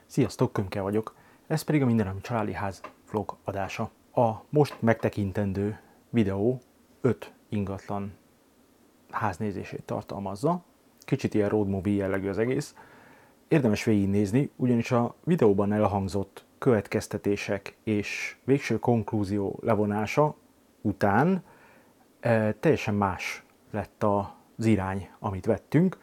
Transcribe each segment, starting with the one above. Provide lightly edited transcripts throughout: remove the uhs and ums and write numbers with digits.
Sziasztok, Kömke vagyok, ez pedig a Mindennapi Családi Ház vlog adása. A most megtekintendő videó 5 ingatlan háznézését tartalmazza. Kicsit ilyen road movie jellegű az egész. Érdemes végignézni, ugyanis a videóban elhangzott következtetések és végső konklúzió levonása után teljesen más lett az irány, amit vettünk.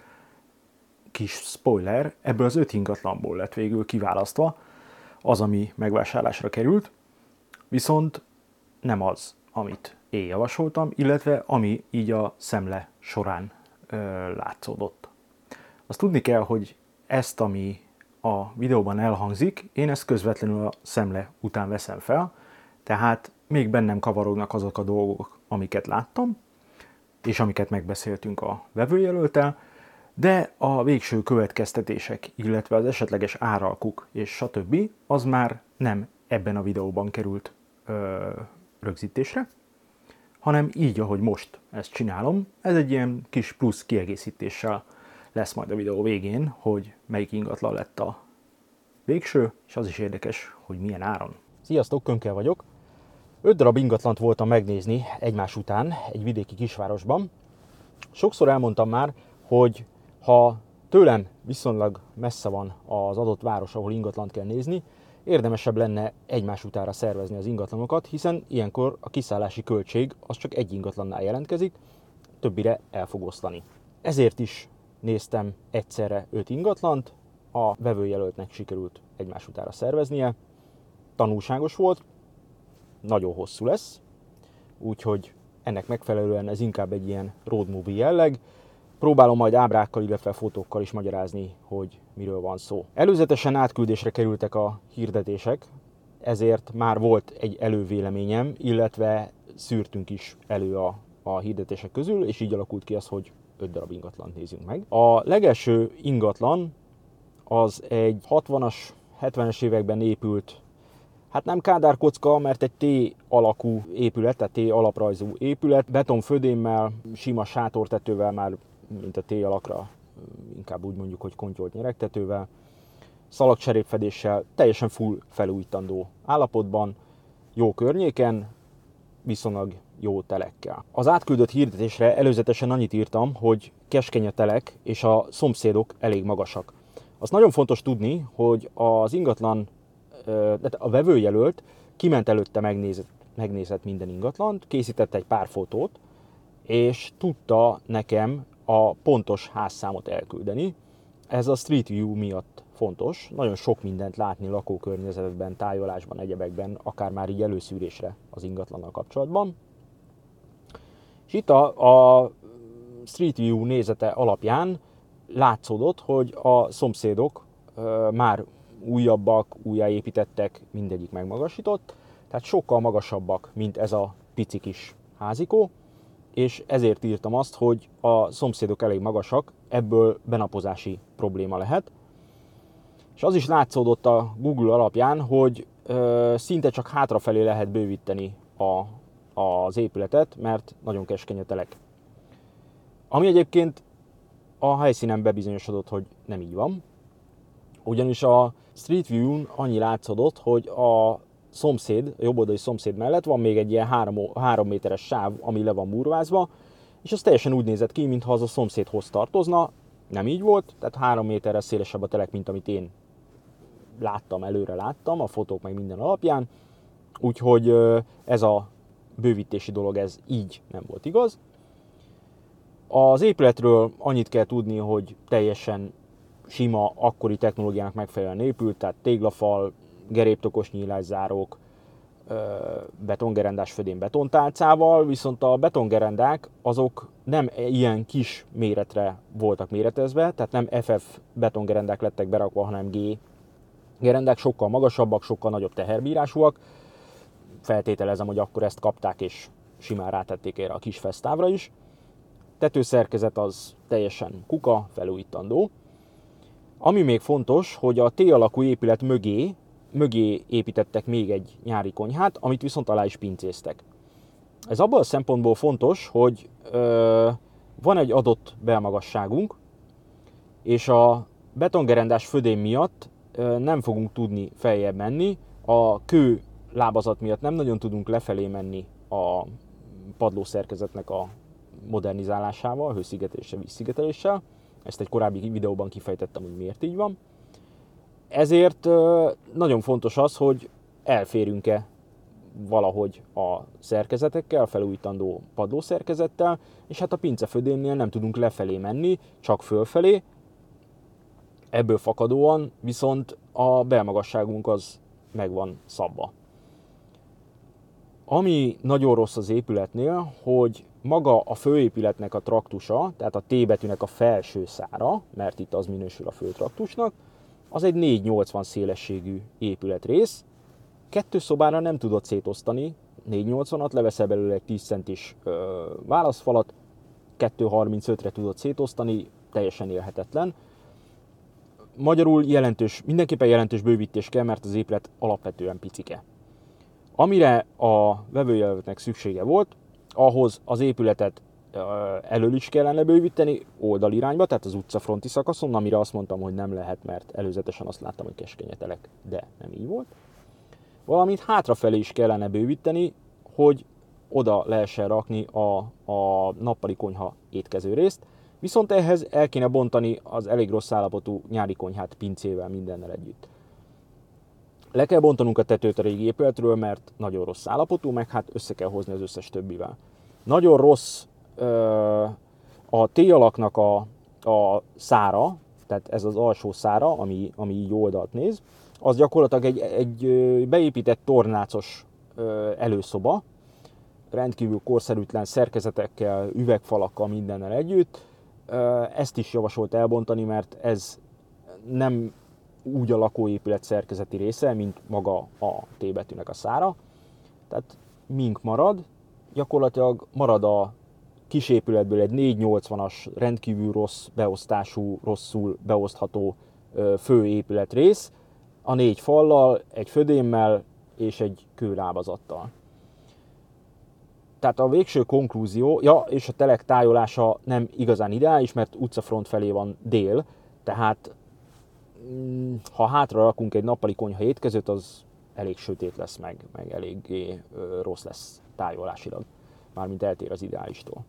Kis spoiler, ebből az 5 ingatlanból lett végül kiválasztva az, ami megvásárlásra került, viszont nem az, amit én javasoltam, illetve ami így a szemle során látszódott. Azt tudni kell, hogy ezt, ami a videóban elhangzik, én ezt közvetlenül a szemle után veszem fel, tehát még bennem kavarognak azok a dolgok, amiket láttam, és amiket megbeszéltünk a vevőjelölttel, de a végső következtetések, illetve az esetleges áralkuk és stb. Az már nem ebben a videóban került rögzítésre, hanem így, ahogy most ezt csinálom, ez egy ilyen kis plusz kiegészítéssel lesz majd a videó végén, hogy melyik ingatlan lett a végső, és az is érdekes, hogy milyen áron. Sziasztok, Kömke vagyok! 5 darab ingatlant voltam megnézni egymás után egy vidéki kisvárosban. Sokszor elmondtam már, hogy ha tőlem viszonylag messze van az adott város, ahol ingatlant kell nézni, érdemesebb lenne egymás utára szervezni az ingatlanokat, hiszen ilyenkor a kiszállási költség az csak egy ingatlannál jelentkezik, többire el fog oszlani. Ezért is néztem egyszerre 5 ingatlant, a vevőjelöltnek sikerült egymás utára szerveznie, tanulságos volt, nagyon hosszú lesz, úgyhogy ennek megfelelően ez inkább egy ilyen road movie jelleg. Próbálom majd ábrákkal, illetve fotókkal is magyarázni, hogy miről van szó. Előzetesen átküldésre kerültek a hirdetések, ezért már volt egy elővéleményem, illetve szűrtünk is elő a hirdetések közül, és így alakult ki az, hogy 5 darab ingatlant nézünk meg. A legelső ingatlan az egy 60-as, 70-es években épült, hát nem kádárkocka, mert egy T alakú épület, tehát T alaprajzú épület, betonfödémmel, sima sátortetővel, már mint a T alakra, inkább úgy mondjuk, hogy kontyolt nyeregtetővel, szalagcserépfedéssel, teljesen full felújítandó állapotban, jó környéken, viszonylag jó telekkel. Az átküldött hirdetésre előzetesen annyit írtam, hogy keskeny a telek, és a szomszédok elég magasak. Az nagyon fontos tudni, hogy az ingatlan, a vevőjelölt kiment előtte, megnézett minden ingatlant, készített egy pár fotót, és tudta nekem a pontos házszámot elküldeni. Ez a Street View miatt fontos. Nagyon sok mindent látni lakókörnyezetben, tájolásban, egyebekben, akár már így előszűrésre az ingatlannal kapcsolatban. És itt a Street View nézete alapján látszódott, hogy a szomszédok már újabbak, újjáépítettek, mindegyik megmagasított, tehát sokkal magasabbak, mint ez a pici kis házikó, és ezért írtam azt, hogy a szomszédok elég magasak, ebből benapozási probléma lehet. És az is látszódott a Google alapján, hogy szinte csak hátrafelé lehet bővíteni az épületet, mert nagyon keskeny a telek. Ami egyébként a helyszínen bebizonyosodott, hogy nem így van. Ugyanis a Street View-n annyi látszódott, hogy a szomszéd, a jobboldali szomszéd mellett van még egy ilyen 3 méteres sáv, ami le van murvázva, és az teljesen úgy nézett ki, mintha az a szomszédhoz tartozna. Nem így volt, tehát 3 méterre szélesebb a telek, mint amit én előre láttam, a fotók meg minden alapján. Úgyhogy ez a bővítési dolog, ez így nem volt igaz. Az épületről annyit kell tudni, hogy teljesen sima, akkori technológiának megfelelően épült, tehát téglafal, geréptokos nyílászárók, betongerendás födém betontálcával, viszont a betongerendák azok nem ilyen kis méretre voltak méretezve, tehát nem FF betongerendák lettek berakva, hanem G gerendák, sokkal magasabbak, sokkal nagyobb teherbírásúak. Feltételezem, hogy akkor ezt kapták és simán rátették erre a kis fesztávra is. Tetőszerkezet az teljesen kuka, felújítandó. Ami még fontos, hogy a T alakú épület mögé építettek még egy nyári konyhát, amit viszont alá is pincéztek. Ez abban a szempontból fontos, hogy van egy adott belmagasságunk, és a betongerendás födém miatt nem fogunk tudni feljebb menni. A kő lábazat miatt nem nagyon tudunk lefelé menni a padlószerkezetnek a modernizálásával, hőszigeteléssel, vízszigeteléssel. Ezt egy korábbi videóban kifejtettem, hogy miért így van. Ezért nagyon fontos az, hogy elférünk-e valahogy a szerkezetekkel, felújítandó padlószerkezettel, és hát a pincefödémnél nem tudunk lefelé menni, csak fölfelé. Ebből fakadóan viszont a belmagasságunk az meg van szabva. Ami nagyon rossz az épületnél, hogy maga a főépületnek a traktusa, tehát a T betűnek a felső szára, mert itt az minősül a főtraktusnak, az egy 480 szélességű épületrész. 2 szobára nem tudod szétosztani, 480-at, leveszel belőle egy 10 centis válaszfalat, 235-re tudod szétosztani, teljesen élhetetlen. Magyarul mindenképpen jelentős bővítés kell, mert az épület alapvetően picike. Amire a vevőjelöltnek szüksége volt, ahhoz az épületet elől is kellene bővíteni oldalirányba, tehát az utcafronti szakaszon, amire azt mondtam, hogy nem lehet, mert előzetesen azt láttam, hogy keskenyetelek, de nem így volt. Valamint hátrafelé is kellene bővíteni, hogy oda lehessen rakni a nappali konyha étkező részt, viszont ehhez el kéne bontani az elég rossz állapotú nyári konyhát pincével, mindennel együtt. Le kell bontanunk a tetőt a régi épületről, mert nagyon rossz állapotú, meg hát össze kell hozni az összes többivel. Nagyon rossz a T-alaknak a szára, tehát ez az alsó szára, ami így oldalt néz, az gyakorlatilag egy beépített tornácos előszoba, rendkívül korszerűtlen szerkezetekkel, üvegfalakkal, mindennel együtt. Ezt is javasolt elbontani, mert ez nem úgy a lakóépület szerkezeti része, mint maga a T betűnek a szára. Tehát mink marad, gyakorlatilag marad a kis épületből egy 480-as, rendkívül rossz beosztású, rosszul beosztható főépületrész, a 4 fallal, egy födémmel és egy kőlábazattal. Tehát a végső konklúzió, és a telek tájolása nem igazán ideális, mert utcafront felé van dél, tehát ha hátra rakunk egy nappali konyha étkezőt, az elég sötét lesz, meg eléggé rossz lesz tájolásilag, mármint eltér az ideálistól.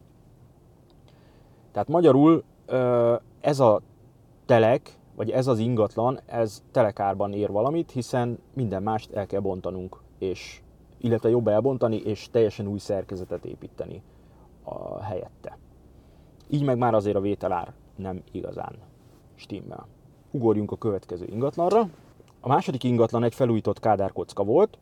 Tehát magyarul ez a telek, vagy ez az ingatlan, ez telekárban ér valamit, hiszen minden mást el kell bontanunk, illetve jobb elbontani, és teljesen új szerkezetet építeni a helyette. Így meg már azért a vételár nem igazán stimmel. Ugorjunk a következő ingatlanra. A második ingatlan egy felújított kádárkocka volt,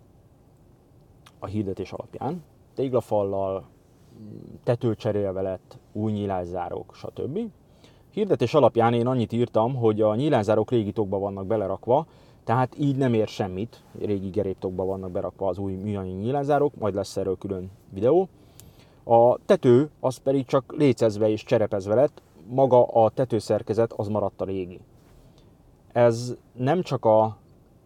a hirdetés alapján. Téglafallal, tetőcserélve lett, új nyílászárók, stb. Hirdetés alapján én annyit írtam, hogy a nyílászárók régi tokba vannak belerakva, tehát így nem ér semmit, régi geréptokba vannak berakva az új műanyag nyílászárók, majd lesz erről külön videó. A tető az pedig csak lécezve és cserepezve lett, maga a tetőszerkezet az maradt a régi. Ez nem csak a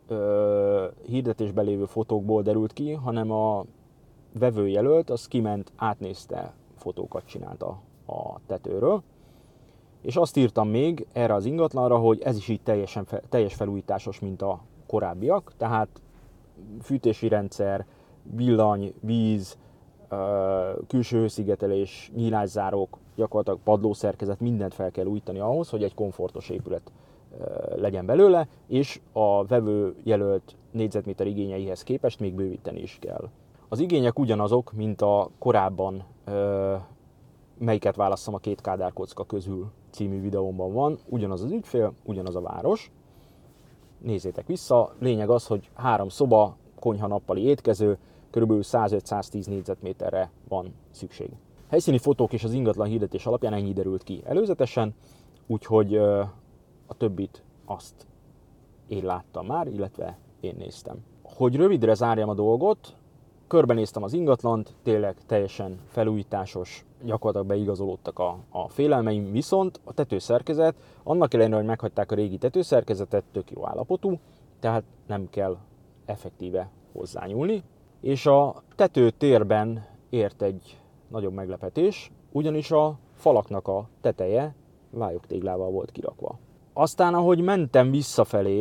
hirdetésben lévő fotókból derült ki, hanem a vevőjelölt az kiment, átnézte, fotókat csinálta a tetőről. És azt írtam még erre az ingatlanra, hogy ez is így teljes felújításos, mint a korábbiak, tehát fűtési rendszer, villany, víz, külső hőszigetelés, nyílászárók, gyakorlatilag padlószerkezet, mindent fel kell újítani ahhoz, hogy egy komfortos épület legyen belőle, és a vevő jelölt négyzetméter igényeihez képest még bővíteni is kell. Az igények ugyanazok, mint a korábban melyiket válasszam a 2 kádárkocka közül című videómban van, ugyanaz az ügyfél, ugyanaz a város. Nézzétek vissza, lényeg az, hogy 3 szoba, konyha, nappali étkező, kb. 105-110 négyzetméterre van szükség. Helyszíni fotók és az ingatlan hirdetés alapján ennyi derült ki előzetesen, úgyhogy a többit azt én láttam már, illetve én néztem. Hogy rövidre zárjam a dolgot, körbenéztem az ingatlant, tényleg teljesen felújításos, gyakorlatilag beigazolódtak a félelmeim, viszont a tetőszerkezet, annak ellenére, hogy meghagyták a régi tetőszerkezetet, tök jó állapotú, tehát nem kell effektíve hozzányúlni. És a tetőtérben ért egy nagyobb meglepetés, ugyanis a falaknak a teteje vályogtéglával volt kirakva. Aztán, ahogy mentem visszafelé,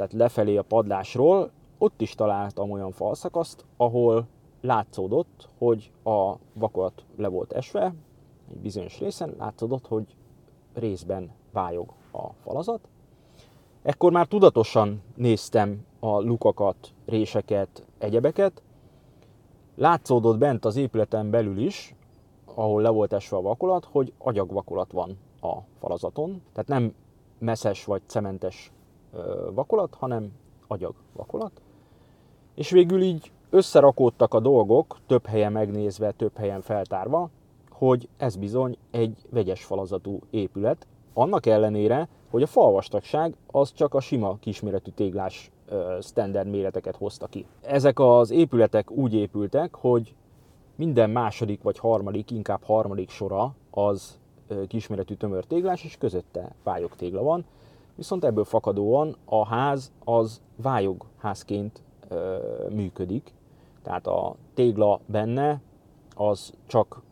tehát lefelé a padlásról, ott is találtam olyan falszakaszt, ahol látszódott, hogy a vakolat le volt esve, egy bizonyos részen látszódott, hogy részben vályog a falazat. Ekkor már tudatosan néztem a lukakat, réseket, egyebeket. Látszódott bent az épületen belül is, ahol le volt esve a vakolat, hogy agyagvakolat van a falazaton. Tehát nem messzes vagy cementes vakolat, hanem agyagvakolat. És végül így összerakódtak a dolgok, több helyen megnézve, több helyen feltárva, hogy ez bizony egy vegyes falazatú épület. Annak ellenére, hogy a falvastagság az csak a sima kisméretű téglás standard méreteket hozta ki. Ezek az épületek úgy épültek, hogy minden második vagy harmadik, inkább harmadik sora az kisméretű tömör téglás, és közötte vályogtégla van. Viszont ebből fakadóan a ház az vályogházként működik. Tehát a tégla benne az csak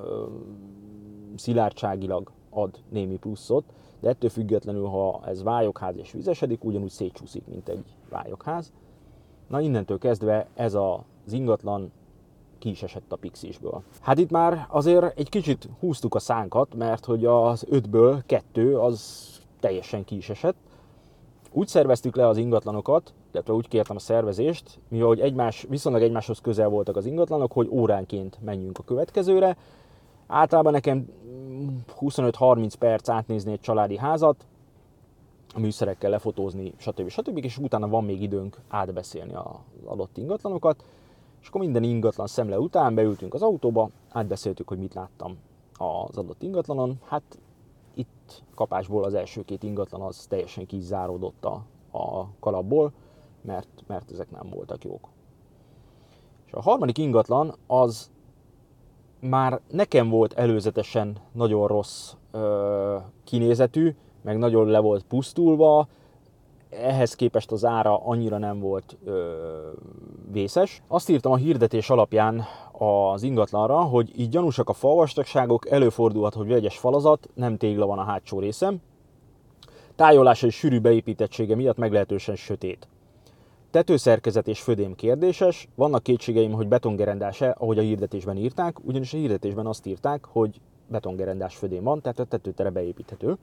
szilárdságilag ad némi pluszot, de ettől függetlenül, ha ez vályogház és vizesedik, ugyanúgy szétcsúszik, mint egy vályogház. Na innentől kezdve ez az ingatlan ki is esett a Pixisből. Hát itt már azért egy kicsit húztuk a szánkat, mert hogy az 5-ből 2 az teljesen ki is esett. Úgy szerveztük le az ingatlanokat, illetve úgy kértem a szervezést, mivel hogy viszonylag egymáshoz közel voltak az ingatlanok, hogy óránként menjünk a következőre. Általában nekem 25-30 perc átnézni egy családi házat, a műszerekkel lefotózni, stb. És utána van még időnk átbeszélni az adott ingatlanokat. És akkor minden ingatlan szemle után beültünk az autóba, átbeszéltük, hogy mit láttam az adott ingatlanon. Hát itt kapásból az első 2 ingatlan az teljesen kizáródott a kalapból, mert ezek nem voltak jók. És a harmadik ingatlan az már nekem volt előzetesen nagyon rossz kinézetű, meg nagyon le volt pusztulva, ehhez képest az ára annyira nem volt vészes. Azt írtam a hirdetés alapján az ingatlanra, hogy így gyanúsak a falvastagságok, előfordulhat, hogy vegyes falazat, nem tégla van a hátsó részem. Tájolása és sűrű beépítettsége miatt meglehetősen sötét. Tetőszerkezet és födém kérdéses, vannak kétségeim, hogy betongerendás-e, ahogy a hirdetésben írták, ugyanis a hirdetésben azt írták, hogy betongerendás födém van, tehát a tetőtere beépíthető.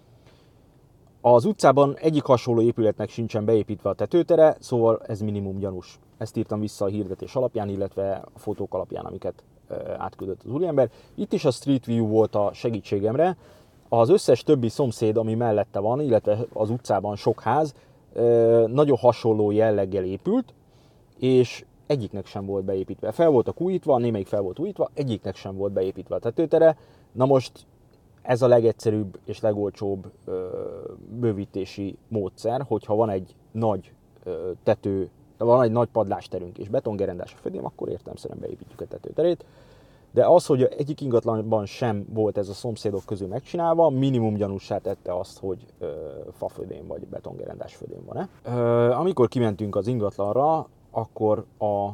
Az utcában egyik hasonló épületnek sincsen beépítve a tetőtere, szóval ez minimum gyanús. Ezt írtam vissza a hirdetés alapján, illetve a fotók alapján, amiket átküldött az úriember. Itt is a Street View volt a segítségemre. Az összes többi szomszéd, ami mellette van, illetve az utcában sok ház, nagyon hasonló jelleggel épült, és egyiknek sem volt beépítve. Fel voltak újítva, némelyik fel volt újítva, egyiknek sem volt beépítve a tetőtere. Na most ez a legegyszerűbb és legolcsóbb bővítési módszer, hogyha van egy nagy van egy nagy padlásterünk és betongerendás a födém, akkor értelemszerűen beépítjük a tetőterét. De az, hogy egyik ingatlanban sem volt ez a szomszédok közül megcsinálva, minimum gyanússá tette azt, hogy fafödém vagy betongerendás födém van-e. Amikor kimentünk az ingatlanra, akkor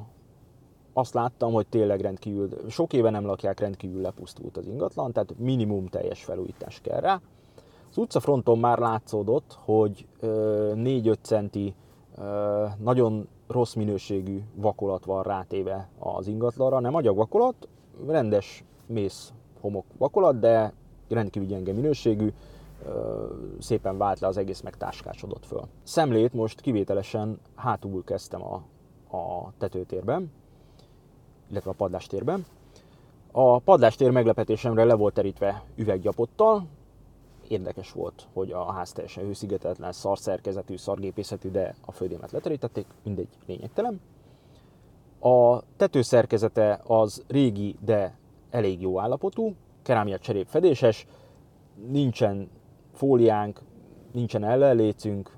azt láttam, hogy tényleg rendkívül, sok éve nem lakják, rendkívül lepusztult az ingatlan, tehát minimum teljes felújítás kell rá. Az utcafronton már látszódott, hogy 4-5 centi nagyon rossz minőségű vakolat van rátéve az ingatlanra, nem agyagvakolat, rendes mész homok vakolat, de rendkívül gyenge minőségű, szépen vált le az egész, meg táskásodott föl. Szemlét most kivételesen hátul kezdtem a tetőtérben, illetve a padlástérben. A padlástér meglepetésemre le volt terítve üveggyapottal. Érdekes volt, hogy a ház teljesen hőszigetetlen, szarszerkezetű, szargépészetű, de a födémet leterítették, mindegy, lényegtelen. A tetőszerkezete az régi, de elég jó állapotú, kerámia cserép fedéses, nincsen fóliánk, nincsen ellenlécünk,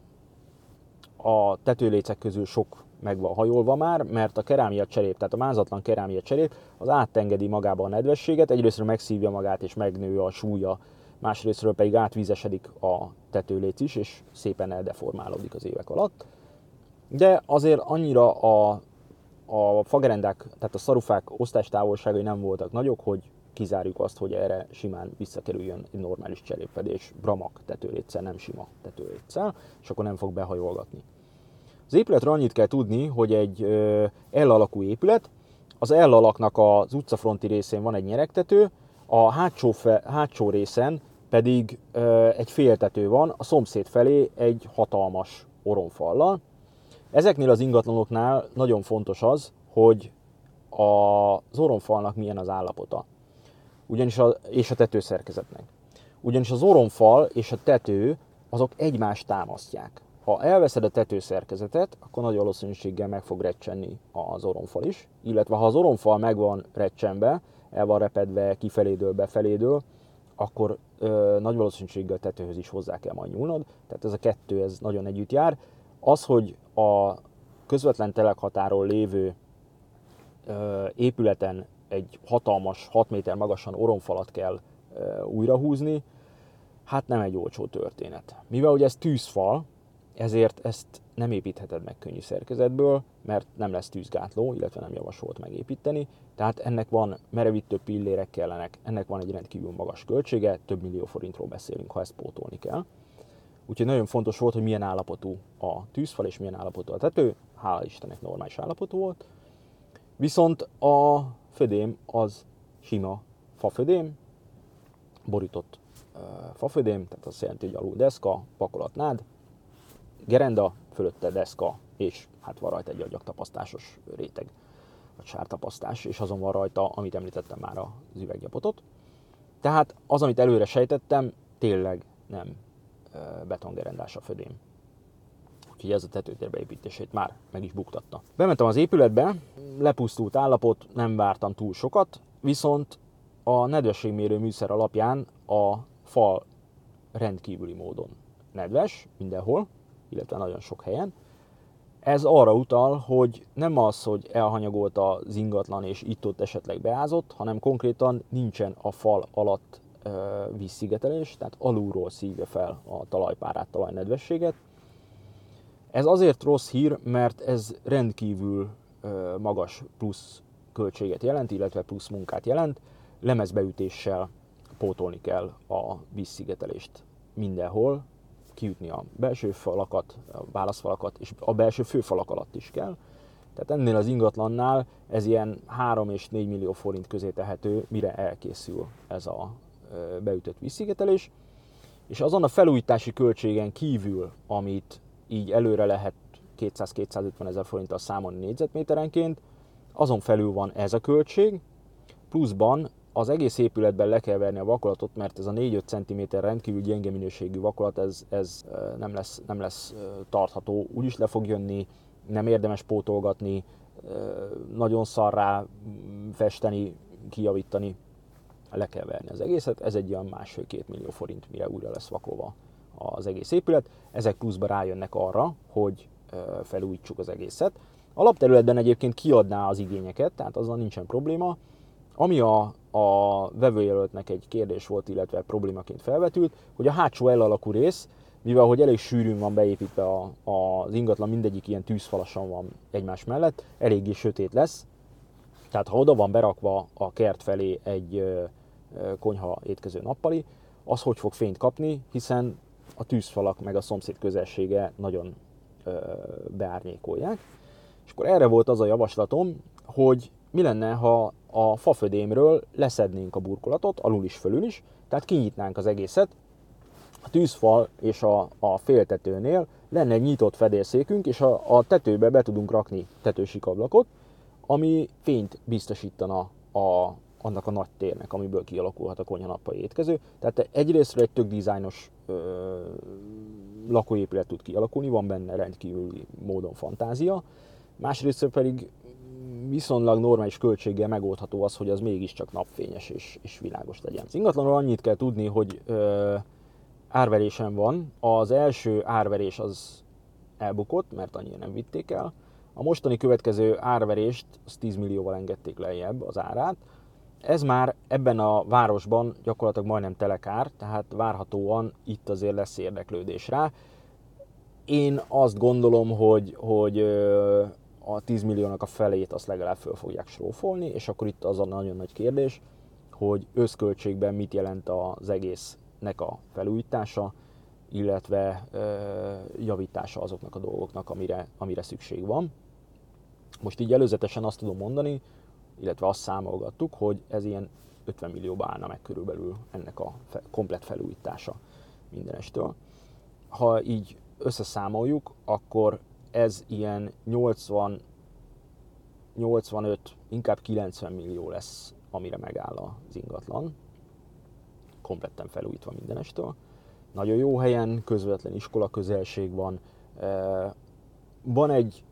a tetőlécek közül sok meg van hajolva már, mert a kerámia cserép, tehát a mázatlan kerámia cserép az átengedi magába a nedvességet, egyrésztről megszívja magát és megnő a súlya, másrésztről pedig átvízesedik a tetőléc is, és szépen eldeformálódik az évek alatt. De azért annyira a fagerendák, tehát a szarufák osztástávolságai nem voltak nagyok, hogy kizárjuk azt, hogy erre simán visszakerüljön egy normális cserépfedés bramak tetőléccel, nem sima tetőléccel, és akkor nem fog behajolgatni. Az épületről annyit kell tudni, hogy egy L alakú épület, az L alaknak az utcafronti részén van egy nyeregtető, a hátsó részen pedig egy féltető van, a szomszéd felé egy hatalmas oromfallal. Ezeknél az ingatlanoknál nagyon fontos az, hogy az oromfalnak milyen az állapota, és a tetőszerkezetnek. Ugyanis az oromfal és a tető azok egymást támasztják. Ha elveszed a tetőszerkezetet, akkor nagy valószínűséggel meg fog recsenni az oromfal is, illetve ha az oromfal meg van recsenve, el van repedve kifelédől, befelédől, akkor nagy valószínűséggel a tetőhöz is hozzá kell majd nyúlnod. Tehát ez a kettő ez nagyon együtt jár. Az, hogy a közvetlen telekhatáron lévő épületen egy hatalmas, 6 méter magasan oromfalat kell újrahúzni, hát nem egy olcsó történet. Mivel ugye ez tűzfal, ezért ezt nem építheted meg könnyű szerkezetből, mert nem lesz tűzgátló, illetve nem javasolt megépíteni. Tehát ennek van merevítő pillérek kellenek, ennek van egy rendkívül magas költsége, több millió forintról beszélünk, ha ezt pótolni kell. Úgyhogy nagyon fontos volt, hogy milyen állapotú a tűzfal és milyen állapotú a tető. Hála Istennek normális állapotú volt. Viszont a födém az sima fafödém, borított fafödém, tehát azt jelenti, hogy alul deszka, pakolatnád, gerenda, fölötte deszka, és hát van rajta egy agyagtapasztásos réteg, vagy sártapasztás, és azon van rajta, amit említettem már, az üveggyapotot. Tehát az, amit előre sejtettem, tényleg nem betongerendás a födém. Úgyhogy ez a tetőtér beépítését már meg is buktatta. Bementem az épületbe, lepusztult állapot, nem vártam túl sokat, viszont a nedvességmérő műszer alapján a fal rendkívüli módon nedves mindenhol, illetve nagyon sok helyen. Ez arra utal, hogy nem az, hogy elhanyagolt az ingatlan és itt-ott esetleg beázott, hanem konkrétan nincsen a fal alatt vízszigetelés, tehát alulról szívja fel a talajpárát, talajnedvességet. Ez azért rossz hír, mert ez rendkívül magas plusz költséget jelent, illetve plusz munkát jelent. Lemezbeütéssel pótolni kell a vízszigetelést mindenhol, kiütni a belső falakat, a válaszfalakat, és a belső főfalak alatt is kell. Tehát ennél az ingatlannál ez ilyen 3 és 4 millió forint közé tehető, mire elkészül ez a beütött vízszigetelés. És azon a felújítási költségen kívül, amit így előre lehet 200-250 ezer forinttal számolni négyzetméterenként, azon felül van ez a költség, pluszban az egész épületben le kell verni a vakolatot, mert ez a 4-5 cm rendkívül gyenge minőségű vakolat, ez nem lesz tartható, úgyis le fog jönni, nem érdemes pótolgatni, nagyon szar rá festeni, kijavítani, le kell verni az egészet, ez egy olyan 1,5-2 millió forint, mire újra lesz vakolva az egész épület. Ezek pluszban rájönnek arra, hogy felújítsuk az egészet. A lapterületben egyébként kiadná az igényeket, tehát azzal nincsen probléma. Ami a vevőjelöltnek egy kérdés volt, illetve problémaként felvetült, hogy a hátsó L alakú rész, mivel hogy elég sűrűn van beépítve az ingatlan, mindegyik ilyen tűzfalasan van egymás mellett, eléggé sötét lesz. Tehát ha oda van berakva a kert felé egy konyha étkező nappali, az hogy fog fényt kapni, hiszen a tűzfalak meg a szomszéd közelsége nagyon beárnyékolják. És akkor erre volt az a javaslatom, hogy mi lenne, ha a fafödémről leszednénk a burkolatot, alul is, fölül is, tehát kinyitnánk az egészet, a tűzfal és a féltetőnél lenne egy nyitott fedélszékünk, és a tetőbe be tudunk rakni tetősikablakot, ami fényt biztosítana annak a nagy térnek, amiből kialakulhat a konyhanappali étkező. Tehát egyrésztről egy tök dizájnos lakóépület tud kialakulni, van benne rendkívüli módon fantázia, másrésztről pedig viszonylag normális költséggel megoldható az, hogy az mégiscsak napfényes és világos legyen. Az ingatlanról annyit kell tudni, hogy árverésen van. Az első árverés az elbukott, mert annyira nem vitték el. A mostani következő árverést, az 10 millióval engedték lejjebb az árát. Ez már ebben a városban gyakorlatilag majdnem telekár, tehát várhatóan itt azért lesz érdeklődés rá. Én azt gondolom, hogy a 10 milliónak a felét azt legalább föl fogják srófolni, és akkor itt az a nagyon nagy kérdés, hogy összköltségben mit jelent az egésznek a felújítása, illetve javítása azoknak a dolgoknak, amire szükség van. Most így előzetesen azt tudom mondani, illetve azt számolgattuk, hogy ez ilyen 50 millióba állna meg körülbelül ennek a komplett felújítása mindenestől. Ha így összeszámoljuk, akkor ez ilyen 80, 85, inkább 90 millió lesz, amire megáll az ingatlan, kompletten felújítva mindenestől. Nagyon jó helyen, közvetlen iskola közelség van. Van egy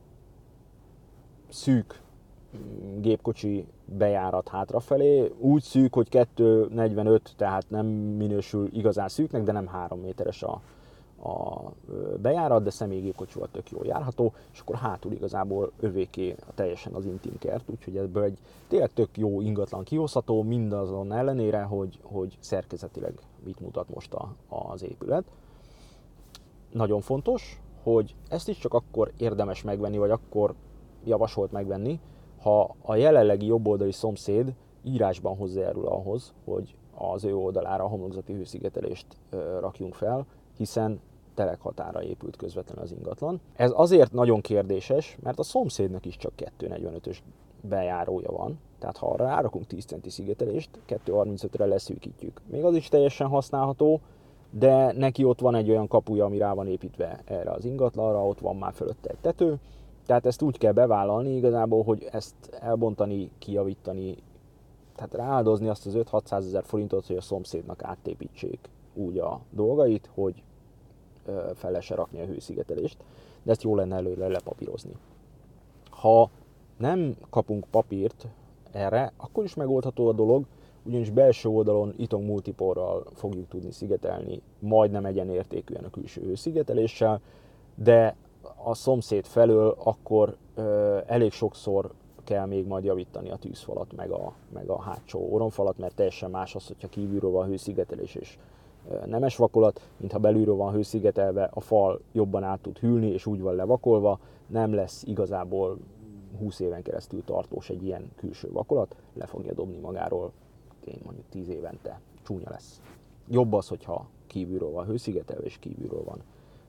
szűk gépkocsi bejárat hátrafelé, úgy szűk, hogy 2,45, tehát nem minősül igazán szűknek, de nem 3 méteres a bejárat, de személygépkocsival tök jól járható, és akkor hátul igazából övéké teljesen az intim kert, úgyhogy ebből egy tényleg tök jó ingatlan kihozható, mindazon ellenére, hogy szerkezetileg mit mutat most az épület. Nagyon fontos, hogy ezt is csak akkor érdemes megvenni, vagy akkor javasolt megvenni, ha a jelenlegi jobboldali szomszéd írásban hozzájárul ahhoz, hogy az ő oldalára a homlokzati hőszigetelést rakjunk fel, hiszen telekhatárra épült közvetlenül az ingatlan. Ez azért nagyon kérdéses, mert a szomszédnak is csak 2,45-ös bejárója van, tehát ha arra rárakunk 10 centi szigetelést, 2,35-re leszűkítjük. Még az is teljesen használható, de neki ott van egy olyan kapuja, ami rá van építve erre az ingatlanra, ott van már fölötte egy tető, tehát ezt úgy kell bevállalni igazából, hogy ezt elbontani, kijavítani, tehát rááldozni azt az 5-600 ezer forintot, hogy a szomszédnak átépítsék úgy a dolgait, hogy fel lehessen rakni a hőszigetelést, de ezt jó lenne előre lepapírozni. Ha nem kapunk papírt erre, akkor is megoldható a dolog, ugyanis belső oldalon itong multiporral fogjuk tudni szigetelni, majdnem egyenértékűen a külső hőszigeteléssel, de a szomszéd felől akkor elég sokszor kell még majd javítani a tűzfalat, meg a hátsó oromfalat, mert teljesen más az, hogyha kívülről van hőszigetelés és nemes vakolat, mintha belülről van hőszigetelve, a fal jobban át tud hűlni, és úgy van levakolva, nem lesz igazából 20 éven keresztül tartós egy ilyen külső vakolat, le fogja dobni magáról, én mondjuk 10 évente, csúnya lesz. Jobb az, hogyha kívülről van hőszigetelve, és kívülről van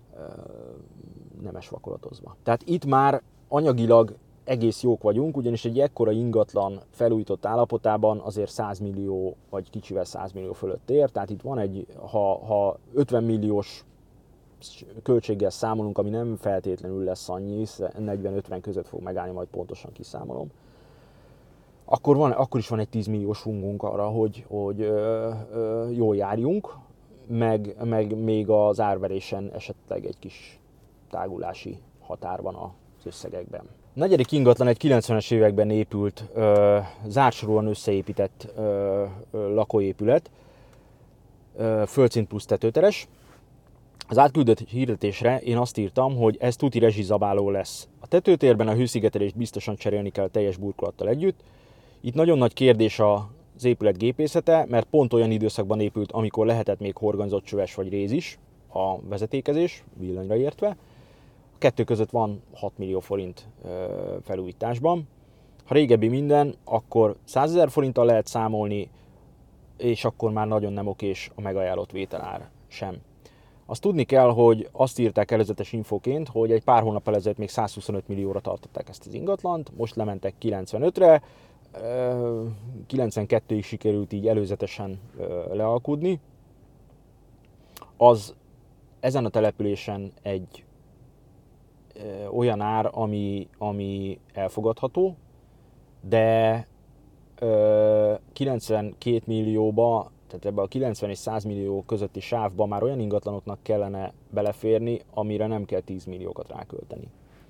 nemes vakolatozva. Tehát itt már anyagilag egész jók vagyunk, ugyanis egy ekkora ingatlan felújított állapotában azért 100 millió, vagy kicsivel 100 millió fölött ér, tehát itt van egy, ha 50 milliós költséggel számolunk, ami nem feltétlenül lesz annyi, 40-50 között fog megállni, majd pontosan kiszámolom, akkor is van egy 10 milliós hungunk arra, hogy jól járjunk, meg még az árverésen esetleg egy kis tágulási határ van az összegekben. A negyedik ingatlan egy 90-es években épült, zártsorúan összeépített lakóépület, földszint plusz tetőteres. Az átküldött hirdetésre én azt írtam, hogy ez tuti rezsizabáló lesz. A tetőtérben a hőszigetelést biztosan cserélni kell teljes burkolattal együtt. Itt nagyon nagy kérdés az épület gépészete, mert pont olyan időszakban épült, amikor lehetett még horgonyzott csöves vagy réz is, a vezetékezés, villanyra értve. A kettő között van 6 millió forint felújításban. Ha régebbi minden, akkor 100 000 forinttal lehet számolni, és akkor már nagyon nem okés a megajánlott vételár sem. Azt tudni kell, hogy azt írták előzetes infóként, hogy egy pár hónap ezelőtt még 125 millióra tartották ezt az ingatlant, most lementek 95-re, 92-ig sikerült így előzetesen lealkudni. Az ezen a településen egy olyan ár, ami elfogadható, de 92 millióba, tehát ebbe a 90 és 100 millió közötti sávba már olyan ingatlanoknak kellene beleférni, amire nem kell 10 milliókat rákölteni.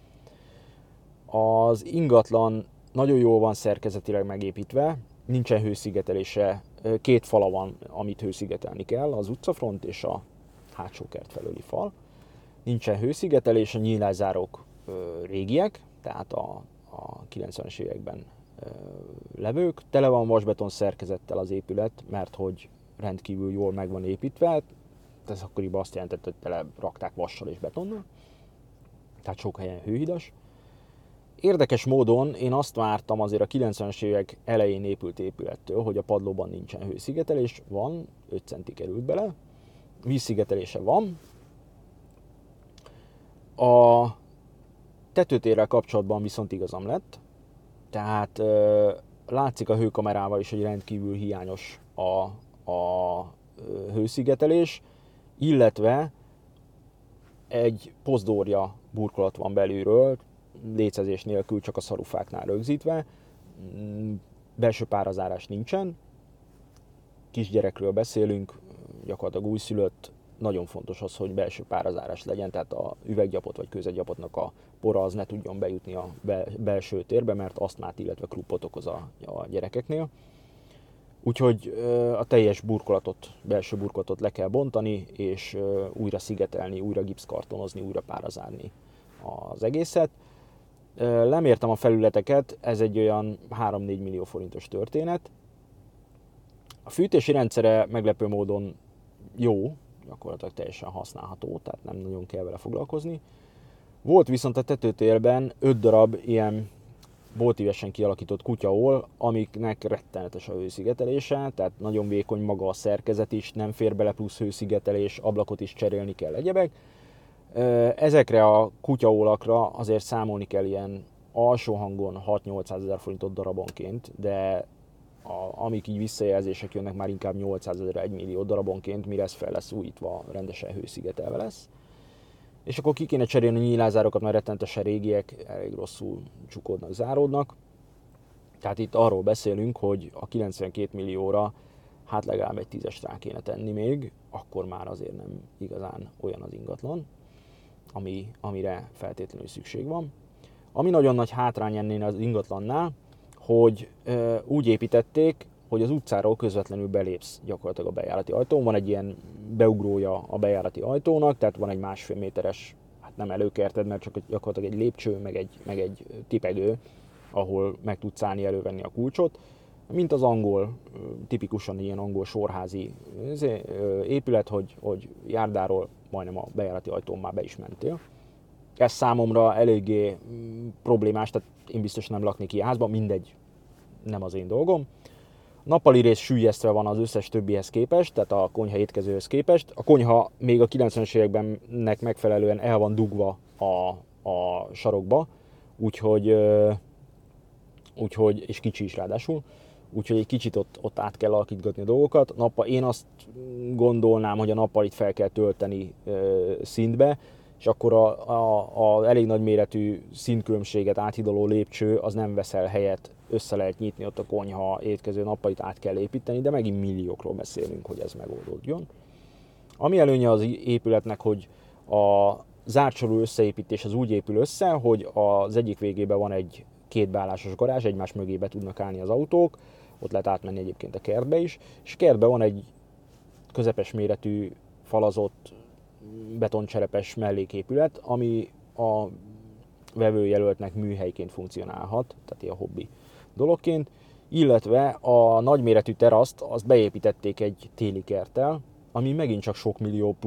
Az ingatlan nagyon jól van szerkezetileg megépítve, nincsen hőszigetelése, két fala van, amit hőszigetelni kell, az utcafront és a hátsó kert felőli fal. Nincsen hőszigetelés, a nyílászárók régiek, tehát a 90-es években levők. Tele van vasbeton szerkezettel az épület, mert hogy rendkívül jól meg van építve. Ez akkoriban azt jelentett, hogy tele rakták vassal és betonnal. Tehát sok helyen hőhidas. Érdekes módon én azt vártam azért a 90-es évek elején épült épülettől, hogy a padlóban nincsen hőszigetelés, van, 5 centi került bele, vízszigetelése van. A tetőtérrel kapcsolatban viszont igazam lett, tehát látszik a hőkamerával is, hogy rendkívül hiányos a hőszigetelés, illetve egy pozdorja burkolat van belülről, lécezés nélkül, csak a szarufáknál rögzítve. Belső párazárás nincsen, kisgyerekről beszélünk, gyakorlatilag újszülött, nagyon fontos az, hogy belső párazárás legyen, tehát a üveggyapot vagy kőzetgyapotnak a pora az ne tudjon bejutni a belső térbe, mert asztmát, illetve krupot okoz a gyerekeknél. Úgyhogy a teljes burkolatot, belső burkolatot le kell bontani, és újra szigetelni, újra gipszkartonozni, újra párazárni az egészet. Lemértem a felületeket, ez egy olyan 3-4 millió forintos történet. A fűtési rendszere meglepő módon jó, gyakorlatilag teljesen használható, tehát nem nagyon kell vele foglalkozni. Volt viszont a tetőtérben 5 darab ilyen boltívesen kialakított kutyaól, amiknek rettenetes a hőszigetelése, tehát nagyon vékony maga a szerkezet is, nem fér bele plusz hőszigetelés, ablakot is cserélni kell egyebek. Ezekre a kutyaólakra azért számolni kell ilyen alsó hangon 6-800 ezer forintot darabonként, de amik így visszajelzések jönnek, már inkább 800 ezer 1 millió darabonként, mire ez fel lesz újítva, rendesen hőszigetelve lesz. És akkor ki kéne cserélni a nyílászárokat, mert rettenetesen régiek, elég rosszul csukódnak, záródnak. Tehát itt arról beszélünk, hogy a 92 millióra hát legalább egy 10-est rá kéne tenni még, akkor már azért nem igazán olyan az ingatlan, amire feltétlenül szükség van. Ami nagyon nagy hátrány ennél az ingatlannál, hogy úgy építették, hogy az utcáról közvetlenül belépsz gyakorlatilag a bejárati ajtón. Van egy ilyen beugrója a bejárati ajtónak, tehát van egy 1,5 méteres, hát nem előkerted, mert csak gyakorlatilag egy lépcső, meg egy tipegő, ahol meg tudsz állni, elővenni a kulcsot. Mint az angol, tipikusan ilyen angol sorházi épület, hogy járdáról majdnem a bejárati ajtón már be is mentél. Ez számomra eléggé problémás, tehát én biztos nem laknék ilyen házban, mindegy, nem az én dolgom. A nappali rész süllyesztve van az összes többihez képest, tehát a konyha étkezőhöz képest. A konyha még a 90-es évekbennek megfelelően el van dugva a sarokba, úgyhogy és kicsi is ráadásul, úgyhogy egy kicsit ott át kell alakítgatni a dolgokat. Én azt gondolnám, hogy a nappalit fel kell tölteni szintbe, és akkor a elég nagy méretű szintkülönbséget áthidaló lépcső az nem veszel helyet, össze lehet nyitni ott a konyha, étkező, nappalit át kell építeni, de megint milliókról beszélünk, hogy ez megoldódjon. Ami előnye az épületnek, hogy a zártsorú összeépítés az úgy épül össze, hogy az egyik végében van egy kétbeállásos garázs, egymás mögé be tudnak állni az autók, ott lehet átmenni egyébként a kertbe is, és kertben van egy közepes méretű falazott betoncserepes melléképület, ami a vevőjelöltnek műhelyként funkcionálhat, tehát ilyen hobbi dologként, illetve a nagyméretű teraszt azt beépítették egy téli kerttel, ami megint csak sok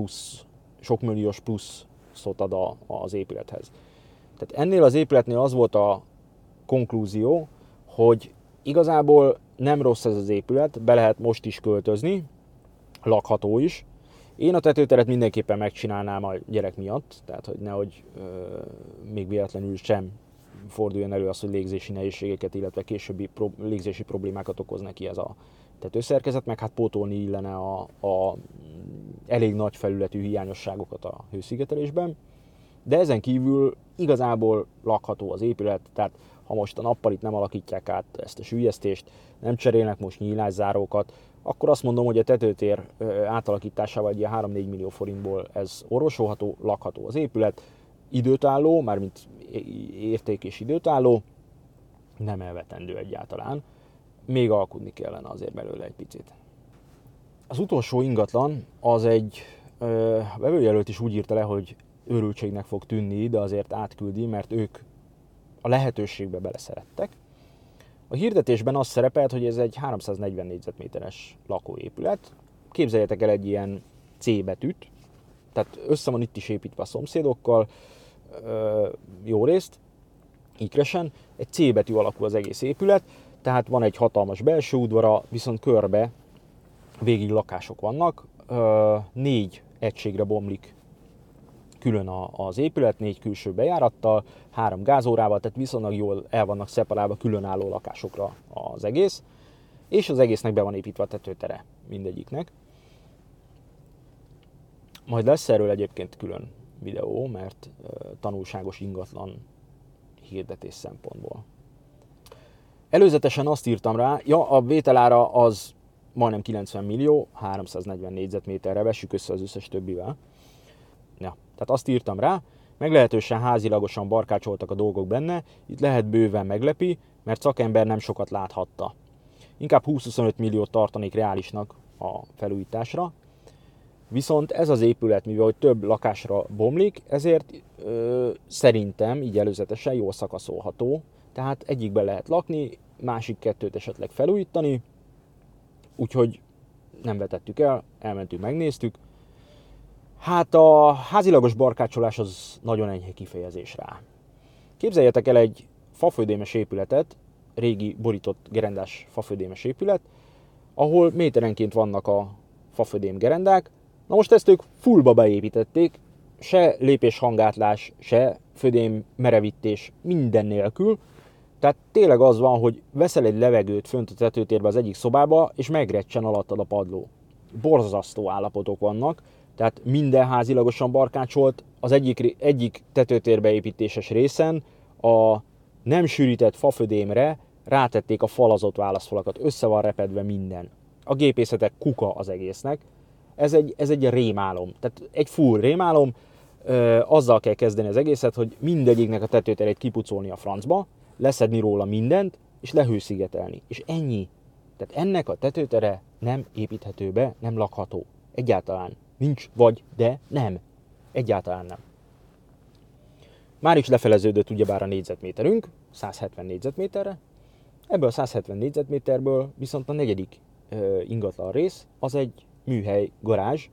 milliós pluszot ad az épülethez. Tehát ennél az épületnél az volt a konklúzió, hogy igazából nem rossz ez az épület, be lehet most is költözni, lakható is. Én a tetőteret mindenképpen megcsinálnám a gyerek miatt, tehát hogy nehogy még véletlenül sem forduljon elő az, hogy légzési nehézségeket, illetve későbbi légzési problémákat okoz neki ez a tetőszerkezet, meg hát pótolni illene a elég nagy felületű hiányosságokat a hőszigetelésben. De ezen kívül igazából lakható az épület, tehát ha most a nappalit nem alakítják át ezt a süllyesztést, nem cserélnek most nyílászárókat, akkor azt mondom, hogy a tetőtér átalakításával egy 3-4 millió forintból ez orvosolható, lakható az épület, időtálló, mármint érték és időtálló, nem elvetendő egyáltalán, még alkudni kellene azért belőle egy picit. Az utolsó ingatlan az egy, a vevőjelölt is úgy írta le, hogy őrültségnek fog tűnni, de azért átküldi, mert ők a lehetőségbe beleszerettek. A hirdetésben az szerepelt, hogy ez egy 340 négyzetméteres lakóépület. Képzeljetek el egy ilyen C betűt, tehát össze van itt is építve a szomszédokkal, jó részt, Ikresen. Egy C betű alakú az egész épület, tehát van egy hatalmas belső udvara, viszont körbe végig lakások vannak. 4 egységre bomlik külön az épület, 4 külső bejárattal, 3 gázórával, tehát viszonylag jól el vannak szeparálva különálló lakásokra az egész, és az egésznek be van építve a tetőtere mindegyiknek. Majd lesz erről egyébként külön videó, mert tanulságos ingatlan hirdetés szempontból. Előzetesen azt írtam rá, a vételára az majdnem 90 millió, 340 négyzetméterre, vessük össze az összes többivel. Ja, tehát azt írtam rá, meglehetősen házilagosan barkácsoltak a dolgok benne, itt lehet bőven meglepi, mert szakember nem sokat láthatta. Inkább 20-25 milliót tartanék reálisnak a felújításra, viszont ez az épület, mivel hogy több lakásra bomlik, ezért szerintem így előzetesen jól szakaszolható, tehát egyikben lehet lakni, másik kettőt esetleg felújítani, úgyhogy nem vetettük el, elmentünk, megnéztük. Hát a házilagos barkácsolás az nagyon enyhe kifejezés rá. Képzeljetek el egy fafödémes épületet, régi borított gerendás fafödémes épület, ahol méterenként vannak a fafödém gerendák. Na most ezt ők fullba beépítették, se lépéshangátlás, se födém merevítés, minden nélkül. Tehát tényleg az van, hogy veszel egy levegőt fönt a tetőtérbe az egyik szobába, és megrecsen alattad a padló. Borzasztó állapotok vannak, tehát minden házilagosan barkácsolt, az egyik tetőtérbeépítéses részen a nem sűrített fafödémre rátették a falazott válaszfalakat, össze van repedve minden. A gépészetek kuka az egésznek. Ez egy rémálom, tehát egy full rémálom, azzal kell kezdeni az egészet, hogy mindegyiknek a tetőterét kipucolni a francba, leszedni róla mindent, és lehőszigetelni. És ennyi. Tehát ennek a tetőtere nem építhető be, nem lakható. Egyáltalán. Nincs vagy, de nem. Egyáltalán nem. Már is lefeleződött ugyebár a négyzetméterünk, 170 négyzetméterre. Ebből a 170 négyzetméterből viszont a negyedik ingatlan rész, az egy műhely, garázs,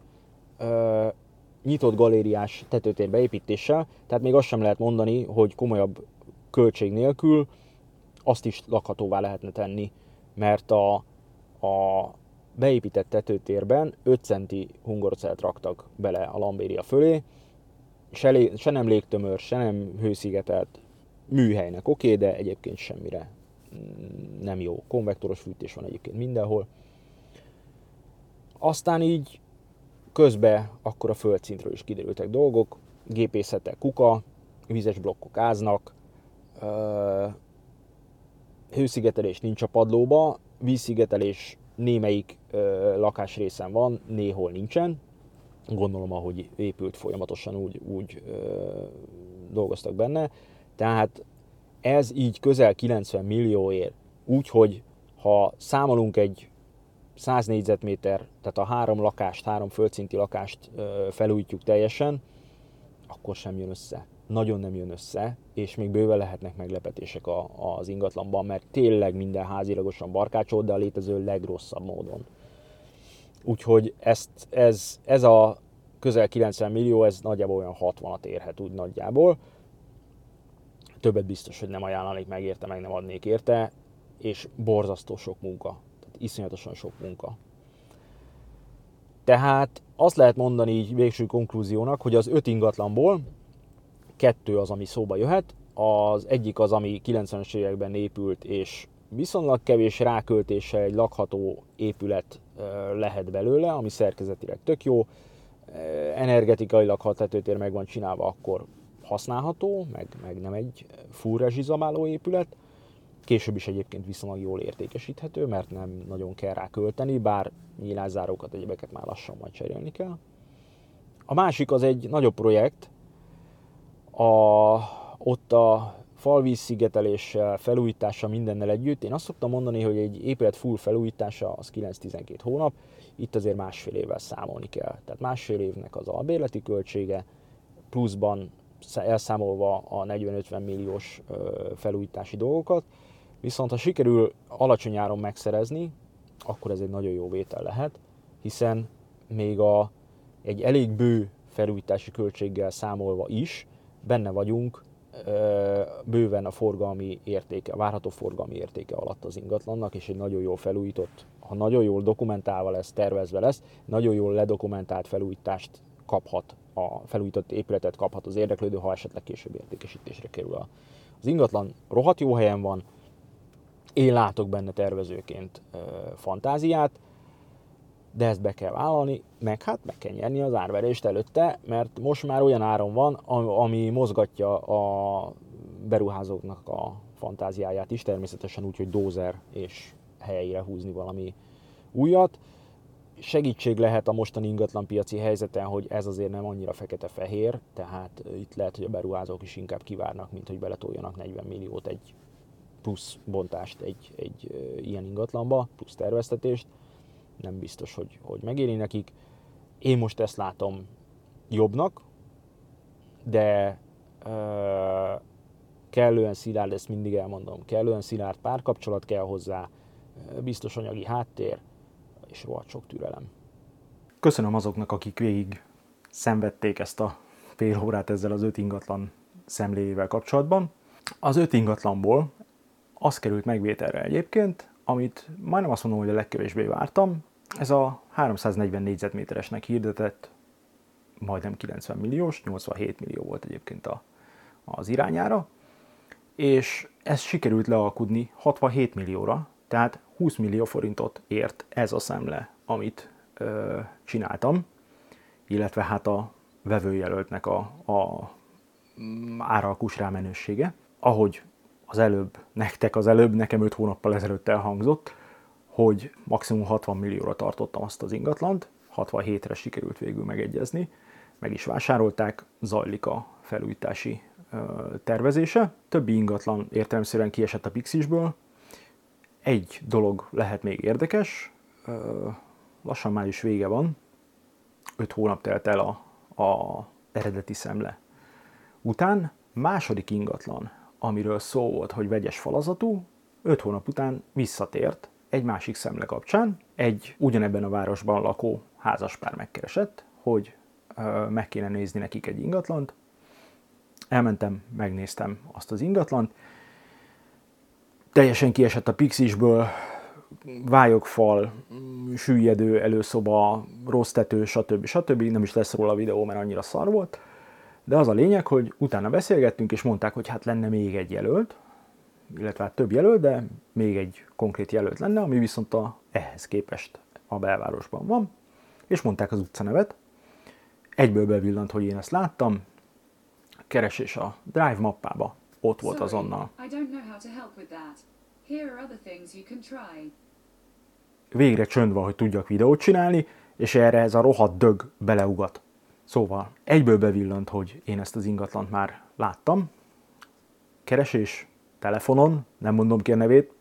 nyitott galériás tetőtér beépítéssel, tehát még azt sem lehet mondani, hogy komolyabb költség nélkül azt is lakhatóvá lehetne tenni, mert a beépített tetőtérben 5 centi hungarocelt raktak bele a lambéria fölé, se nem légtömör, se nem hőszigetelt, műhelynek oké, de egyébként semmire nem jó. Konvektoros fűtés van egyébként mindenhol. Aztán így közben akkor a földszintről is kiderültek dolgok, gépészetek kuka, vizes blokkok áznak, hőszigetelés nincs a padlóba, vízszigetelés némelyik lakásrészen van, néhol nincsen. Gondolom, ahogy épült folyamatosan úgy dolgoztak benne. Tehát ez így közel 90 millióért, úgyhogy ha számolunk egy 100 négyzetméter, tehát a 3 földszinti lakást felújítjuk teljesen, akkor sem jön össze. Nagyon nem jön össze, és még bőven lehetnek meglepetések az ingatlanban, mert tényleg minden házilagosan barkácsolt, de a létező legrosszabb módon. Úgyhogy ez a közel 90 millió, ez nagyjából olyan 60-at érhet úgy nagyjából. Többet biztos, hogy nem ajánlanék meg érte, meg nem adnék érte, és borzasztó sok munka. Tehát iszonyatosan sok munka. Tehát azt lehet mondani így végső konklúziónak, hogy az 5 ingatlanból 2 az, ami szóba jöhet. Az egyik az, ami 90-es években épült, és viszonylag kevés ráköltéssel egy lakható épület lehet belőle, ami szerkezetileg tök jó. Energetikailag, ha a tetőtér meg van csinálva, akkor használható, meg nem egy full rezsizabáló épület. Később is egyébként viszonylag jól értékesíthető, mert nem nagyon kell rá költeni, bár nyílászárókat, egyebeket már lassan majd cserélni kell. A másik az egy nagyobb projekt, ott a falvízszigeteléssel, felújítással, mindennel együtt. Én azt szoktam mondani, hogy egy épület full felújítása az 9-12 hónap, itt azért másfél évvel számolni kell. Tehát másfél évnek az albérleti költsége, pluszban elszámolva a 40-50 milliós felújítási dolgokat. Viszont ha sikerül alacsony áron megszerezni, akkor ez egy nagyon jó vétel lehet, hiszen még egy elég bő felújítási költséggel számolva is benne vagyunk bőven a forgalmi értéke, a várható forgalmi értéke alatt az ingatlannak, és egy nagyon jól felújított, ha nagyon jól dokumentálva lesz, tervezve lesz, nagyon jól ledokumentált felújítást kaphat, a felújított épületet kaphat az érdeklődő, ha esetleg később értékesítésre kerül az ingatlan. Rohadt jó helyen van, én látok benne tervezőként fantáziát, de ezt be kell vállalni, meg hát meg kell nyerni az árverést előtte, mert most már olyan áron van, ami mozgatja a beruházóknak a fantáziáját is, természetesen úgy, hogy dózer és helyére húzni valami újat. Segítség lehet a mostani ingatlanpiaci helyzeten, hogy ez azért nem annyira fekete-fehér, tehát itt lehet, hogy a beruházók is inkább kivárnak, mint hogy beletoljanak 40 milliót egy plusz bontást egy ilyen ingatlanba, plusz terveztetést. Nem biztos, hogy megéri nekik. Én most ezt látom jobbnak, de kellően szilárd, ezt mindig elmondom, kellően szilárd párkapcsolat kell hozzá, biztos anyagi háttér, és rohadt sok türelem. Köszönöm azoknak, akik végig szenvedték ezt a fél órát ezzel az 5 ingatlan szemléjével kapcsolatban. Az 5 ingatlanból az került megvételre egyébként, amit majdnem azt mondom, hogy a legkevésbé vártam. Ez a 340 négyzetméteresnek hirdetett, majdnem 90 milliós, 87 millió volt egyébként az irányára, és ezt sikerült lealkudni 67 millióra, tehát 20 millió forintot ért ez a szemle, amit csináltam, illetve hát a vevőjelöltnek a áralkus rámenősége. Ahogy nektek az előbb, nekem 5 hónappal ezelőtt elhangzott, hogy maximum 60 millióra tartottam azt az ingatlant, 67-re sikerült végül megegyezni, meg is vásárolták, zajlik a felújítási tervezése. Többi ingatlan értelemszerűen kiesett a Pixisből. Egy dolog lehet még érdekes, lassan május vége van, 5 hónap telt el a eredeti szemle után. Második ingatlan, amiről szó volt, hogy vegyes falazatú, 5 hónap után visszatért egy másik szemle kapcsán. Egy ugyanebben a városban lakó házaspár megkeresett, hogy meg kéne nézni nekik egy ingatlant. Elmentem, megnéztem azt az ingatlant. Teljesen kiesett a Pixisből, vályogfal, süllyedő előszoba, rossz tető, stb. Nem is lesz róla a videó, mert annyira szar volt. De az a lényeg, hogy utána beszélgettünk, és mondták, hogy hát lenne még egy jelölt, illetve hát több jelölt, de még egy konkrét jelölt lenne, ami viszont ehhez képest a belvárosban van. És mondták az utcanevet. Egyből bevillant, hogy én ezt láttam. Keresés a Drive mappába, ott volt azonnal. Végre csönd van, hogy tudjak videót csinálni, és erre ez a rohadt dög beleugat. Szóval egyből bevillant, hogy én ezt az ingatlant már láttam. Keresés telefonon, nem mondom ki a nevét.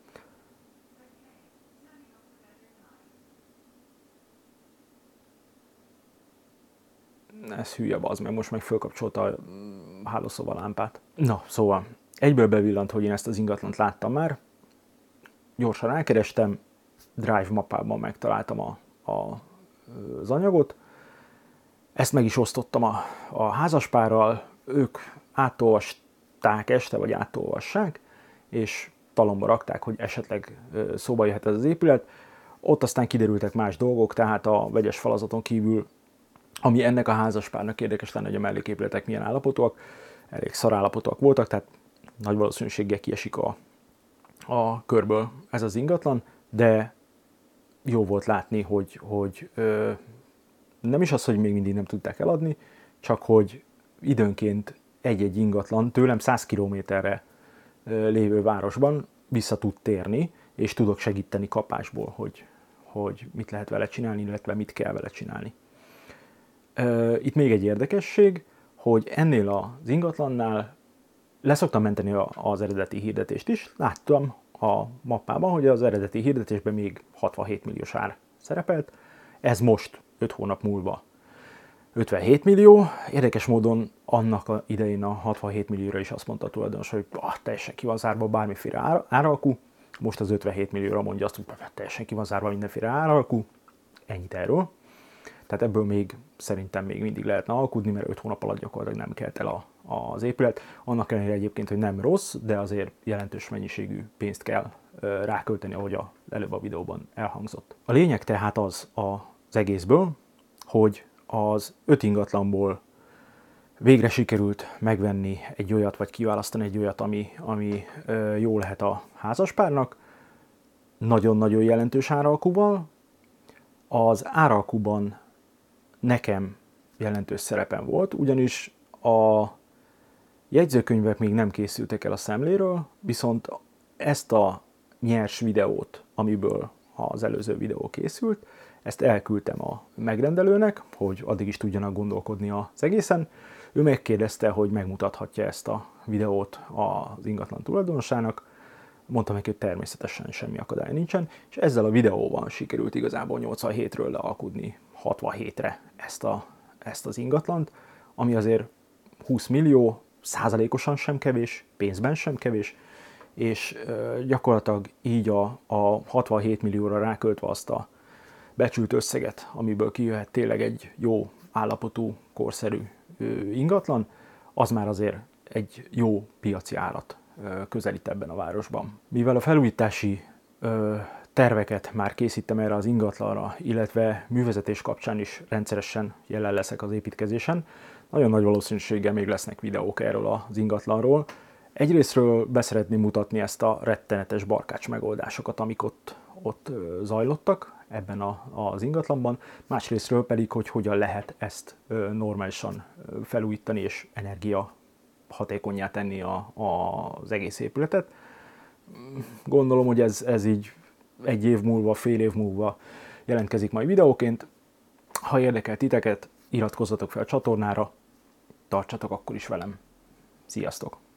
Ez hülye bazd, mert most meg fölkapcsolta a hálószoba lámpát. Na, szóval egyből bevillant, hogy én ezt az ingatlant láttam már. Gyorsan rákerestem, Drive mappában megtaláltam az anyagot. Ezt meg is osztottam a házaspárral, ők átolvasták este, vagy átolvassák, és talomba rakták, hogy esetleg szóba jöhet ez az épület. Ott aztán kiderültek más dolgok, tehát a vegyes falazaton kívül, ami ennek a házaspárnak érdekes lenne, hogy a melléképületek milyen állapotúak, elég szar állapotúak voltak, tehát nagy valószínűséggel kiesik a körből ez az ingatlan, de jó volt látni, hogy nem is az, hogy még mindig nem tudták eladni, csak hogy időnként egy-egy ingatlan tőlem 100 kilométerre lévő városban vissza tud térni, és tudok segíteni kapásból, hogy mit lehet vele csinálni, illetve mit kell vele csinálni. Itt még egy érdekesség, hogy ennél az ingatlannál leszoktam menteni az eredeti hirdetést is. Láttam a mappában, hogy az eredeti hirdetésben még 67 milliós ár szerepelt. Ez most 5 hónap múlva 57 millió. Érdekes módon annak a idején a 67 millióra is azt mondta a tulajdonos, hogy teljesen ki van zárva bármiféle áralkú. Most az 57 millióra mondja azt, hogy teljesen ki van zárva mindenféle áralkú. Ennyit erről. Tehát ebből még szerintem még mindig lehetne alkudni, mert 5 hónap alatt gyakorlatilag nem kelt el az épület, annak ellenére egyébként, hogy nem rossz, de azért jelentős mennyiségű pénzt kell rákölteni, ahogy előbb a videóban elhangzott. A lényeg tehát az egészből, hogy az 5 ingatlanból végre sikerült megvenni egy olyat, vagy kiválasztani egy olyat, ami jó lehet a házaspárnak, nagyon-nagyon jelentős áralkuval. Az áralkuban nekem jelentős szerepem volt, ugyanis a jegyzőkönyvek még nem készültek el a szemléről, viszont ezt a nyers videót, amiből az előző videó készült, ezt elküldtem a megrendelőnek, hogy addig is tudjanak gondolkodni az egészen. Ő megkérdezte, hogy megmutathatja ezt a videót az ingatlan tulajdonosának. Mondtam neki, hogy természetesen semmi akadály nincsen, és ezzel a videóval sikerült igazából 87-ről lealkudni 67-re ezt az ingatlant, ami azért 20 millió, százalékosan sem kevés, pénzben sem kevés, és gyakorlatilag így a 67 millióra ráköltve azt a becsült összeget, amiből kijöhet tényleg egy jó állapotú, korszerű ingatlan, az már azért egy jó piaci árat közelít ebben a városban. Mivel a felújítási terveket már készítem erre az ingatlanra, illetve művezetés kapcsán is rendszeresen jelen leszek az építkezésen, nagyon nagy valószínűséggel még lesznek videók erről az ingatlanról. Egyrésztről beszeretném mutatni ezt a rettenetes barkács megoldásokat, amik ott zajlottak ebben az ingatlanban, másrésztről pedig, hogy hogyan lehet ezt normálisan felújítani és energia hatékonnyá tenni az egész épületet. Gondolom, hogy ez így egy év múlva, fél év múlva jelentkezik majd videóként. Ha érdekel titeket, iratkozzatok fel a csatornára, tartsatok akkor is velem. Sziasztok!